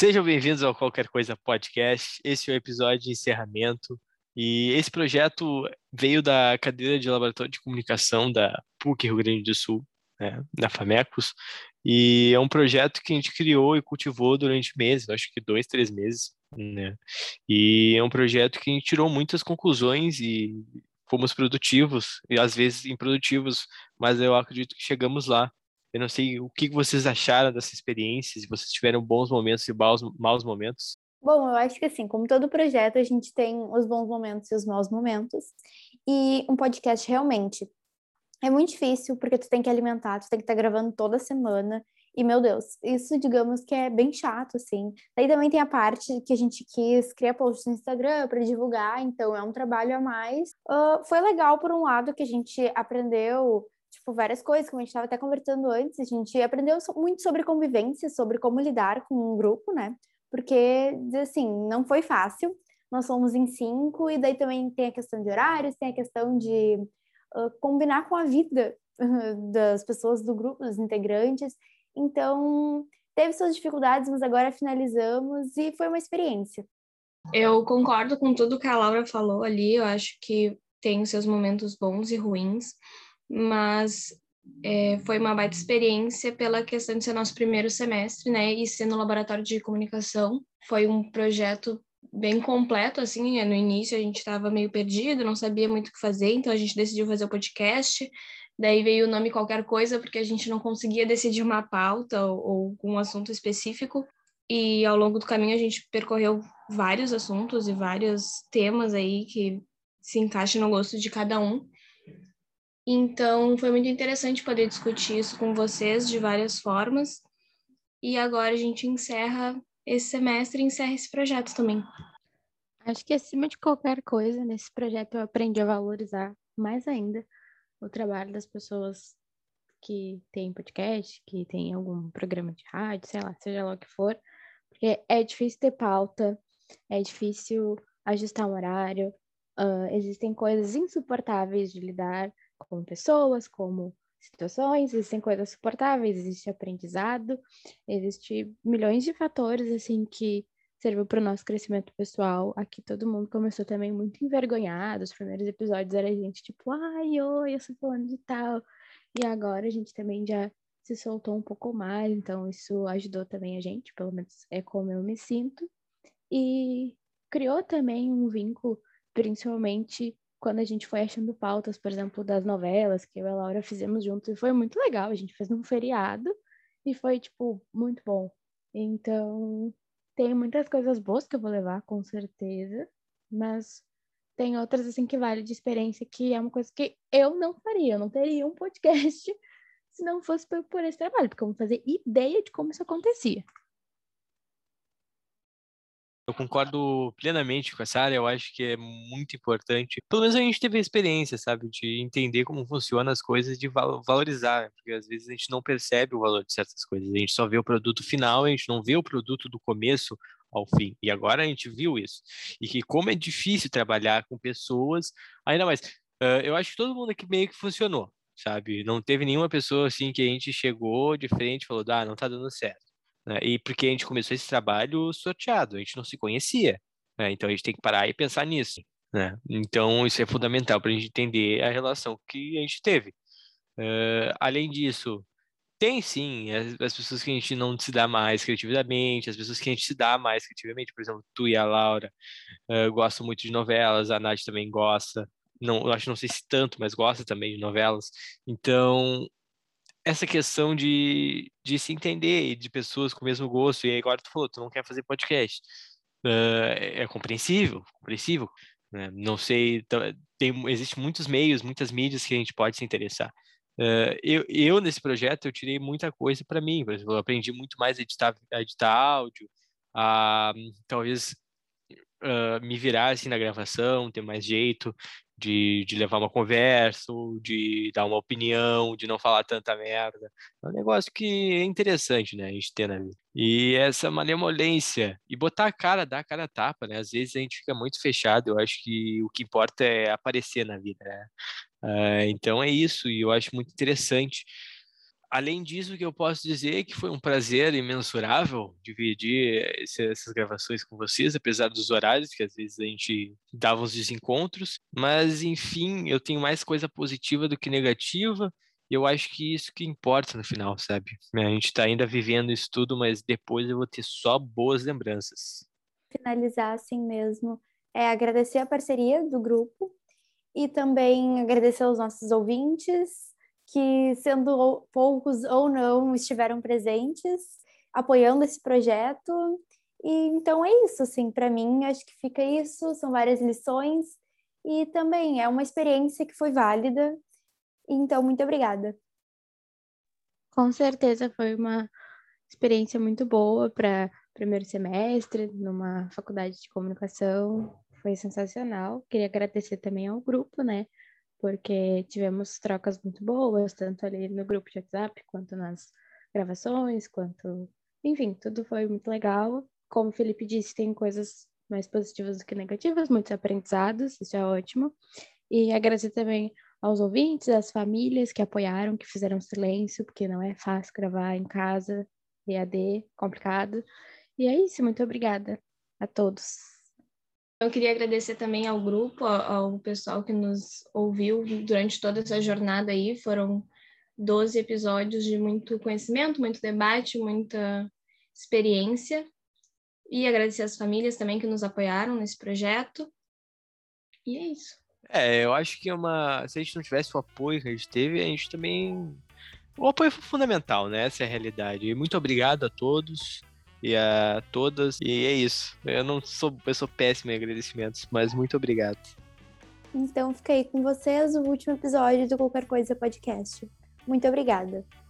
Sejam bem-vindos ao Qualquer Coisa Podcast. Esse é o episódio de encerramento. E esse projeto veio da cadeira de Laboratório de Comunicação da PUC Rio Grande do Sul, né, da FAMECOS. E é um projeto que a gente criou e cultivou durante meses, acho que 2, 3 meses, né? E é um projeto que a gente tirou muitas conclusões e fomos produtivos, e às vezes improdutivos, mas eu acredito que chegamos lá. Eu não sei o que vocês acharam dessa experiência, se vocês tiveram bons momentos e maus momentos. Bom, eu acho que assim, como todo projeto, a gente tem os bons momentos e os maus momentos. E um podcast realmente é muito difícil, porque tu tem que alimentar, tu tem que estar gravando toda semana. E, meu Deus, isso, digamos que é bem chato, assim. Daí também tem a parte que a gente quis criar posts no Instagram para divulgar, então é um trabalho a mais. Foi legal, por um lado, que a gente aprendeu, tipo, várias coisas, como a gente estava até conversando antes, a gente aprendeu muito sobre convivência, sobre como lidar com um grupo, né? Porque, assim, não foi fácil. Nós somos em 5, e daí também tem a questão de horários, tem a questão de combinar com a vida das pessoas do grupo, dos integrantes. Então, teve suas dificuldades, mas agora finalizamos e foi uma experiência. Eu concordo com tudo que a Laura falou ali, eu acho que tem os seus momentos bons e ruins, mas foi uma baita experiência pela questão de ser nosso primeiro semestre, né, e ser no laboratório de comunicação. Foi um projeto bem completo, assim, no início a gente estava meio perdido, não sabia muito o que fazer, então a gente decidiu fazer o podcast, daí veio o nome Qualquer Coisa, porque a gente não conseguia decidir uma pauta ou um assunto específico, e ao longo do caminho a gente percorreu vários assuntos e vários temas aí que se encaixam no gosto de cada um. Então, foi muito interessante poder discutir isso com vocês de várias formas. E agora a gente encerra esse semestre e encerra esse projeto também. Acho que acima de qualquer coisa, nesse projeto eu aprendi a valorizar mais ainda o trabalho das pessoas que têm podcast, que têm algum programa de rádio, sei lá, seja lá o que for. Porque é difícil ter pauta, é difícil ajustar um horário, existem coisas insuportáveis de lidar com pessoas, como situações, existem coisas suportáveis, existe aprendizado, existe milhões de fatores, assim, que serviu para o nosso crescimento pessoal. Aqui todo mundo começou também muito envergonhado, os primeiros episódios era a gente tipo, ai, oi, eu sou fulano de tal, e agora a gente também já se soltou um pouco mais, então isso ajudou também a gente, pelo menos é como eu me sinto, e criou também um vínculo, principalmente quando a gente foi achando pautas, por exemplo, das novelas que eu e a Laura fizemos juntos, e foi muito legal, a gente fez num feriado, e foi, tipo, muito bom. Então, tem muitas coisas boas que eu vou levar, com certeza, mas tem outras, assim, que vale de experiência, que é uma coisa que eu não faria, eu não teria um podcast se não fosse por esse trabalho, porque eu não fazia ideia de como isso acontecia. Eu concordo plenamente com essa área, eu acho que é muito importante. Pelo menos a gente teve a experiência, sabe, de entender como funcionam as coisas, de valorizar, porque às vezes a gente não percebe o valor de certas coisas, a gente só vê o produto final, a gente não vê o produto do começo ao fim. E agora a gente viu isso. E que como é difícil trabalhar com pessoas, ainda mais, eu acho que todo mundo aqui meio que funcionou, sabe? Não teve nenhuma pessoa assim que a gente chegou de frente e falou, não tá dando certo, né? E porque a gente começou esse trabalho sorteado, a gente não se conhecia, né? Então a gente tem que parar e pensar nisso, né? Então isso é fundamental para a gente entender a relação que a gente teve. Além disso, tem sim as pessoas que a gente não se dá mais criativamente, as pessoas que a gente se dá mais criativamente, por exemplo, tu e a Laura gostam muito de novelas, a Nath também gosta, não, eu acho, não sei se tanto, mas gosta também de novelas. Então essa questão de se entender, de pessoas com o mesmo gosto, e aí agora tu falou, tu não quer fazer podcast. É compreensível, compreensível, né? Não sei, existem muitos meios, muitas mídias que a gente pode se interessar. Nesse projeto, eu tirei muita coisa para mim, por exemplo, eu aprendi muito mais a editar áudio, a talvez me virar assim na gravação, ter mais jeito de levar uma conversa, ou de dar uma opinião, de não falar tanta merda. É um negócio que é interessante, né, a gente ter na vida. E essa malemolência, e botar a cara, dar a cara a tapa, né? Às vezes a gente fica muito fechado, eu acho que o que importa é aparecer na vida, né? Então é isso, e eu acho muito interessante. Além disso, o que eu posso dizer é que foi um prazer imensurável dividir essas gravações com vocês, apesar dos horários, que às vezes a gente dava uns desencontros. Mas, enfim, eu tenho mais coisa positiva do que negativa. E eu acho que isso que importa no final, sabe? A gente está ainda vivendo isso tudo, mas depois eu vou ter só boas lembranças. Finalizar assim mesmo. Agradecer a parceria do grupo e também agradecer aos nossos ouvintes, que, sendo poucos ou não, estiveram presentes, apoiando esse projeto. E então é isso, assim, para mim, acho que fica isso, são várias lições e também é uma experiência que foi válida. Então, muito obrigada. Com certeza foi uma experiência muito boa para primeiro semestre, numa faculdade de comunicação. Foi sensacional. Queria agradecer também ao grupo, né? Porque tivemos trocas muito boas, tanto ali no grupo de WhatsApp, quanto nas gravações, quanto... Enfim, tudo foi muito legal. Como o Felipe disse, tem coisas mais positivas do que negativas, muitos aprendizados, isso é ótimo. E agradecer também aos ouvintes, às famílias que apoiaram, que fizeram silêncio, porque não é fácil gravar em casa, EAD, complicado. E é isso, muito obrigada a todos. Eu queria agradecer também ao grupo, ao pessoal que nos ouviu durante toda essa jornada aí. Foram 12 episódios de muito conhecimento, muito debate, muita experiência. E agradecer às famílias também que nos apoiaram nesse projeto. E é isso. Eu acho que se a gente não tivesse o apoio que a gente teve, a gente também... O apoio foi fundamental, né? Essa é a realidade. E muito obrigado a todos e a todas. E é isso. Eu sou péssimo em agradecimentos, mas muito obrigado. Então, fica aí com vocês o último episódio do Qualquer Coisa Podcast. Muito obrigada.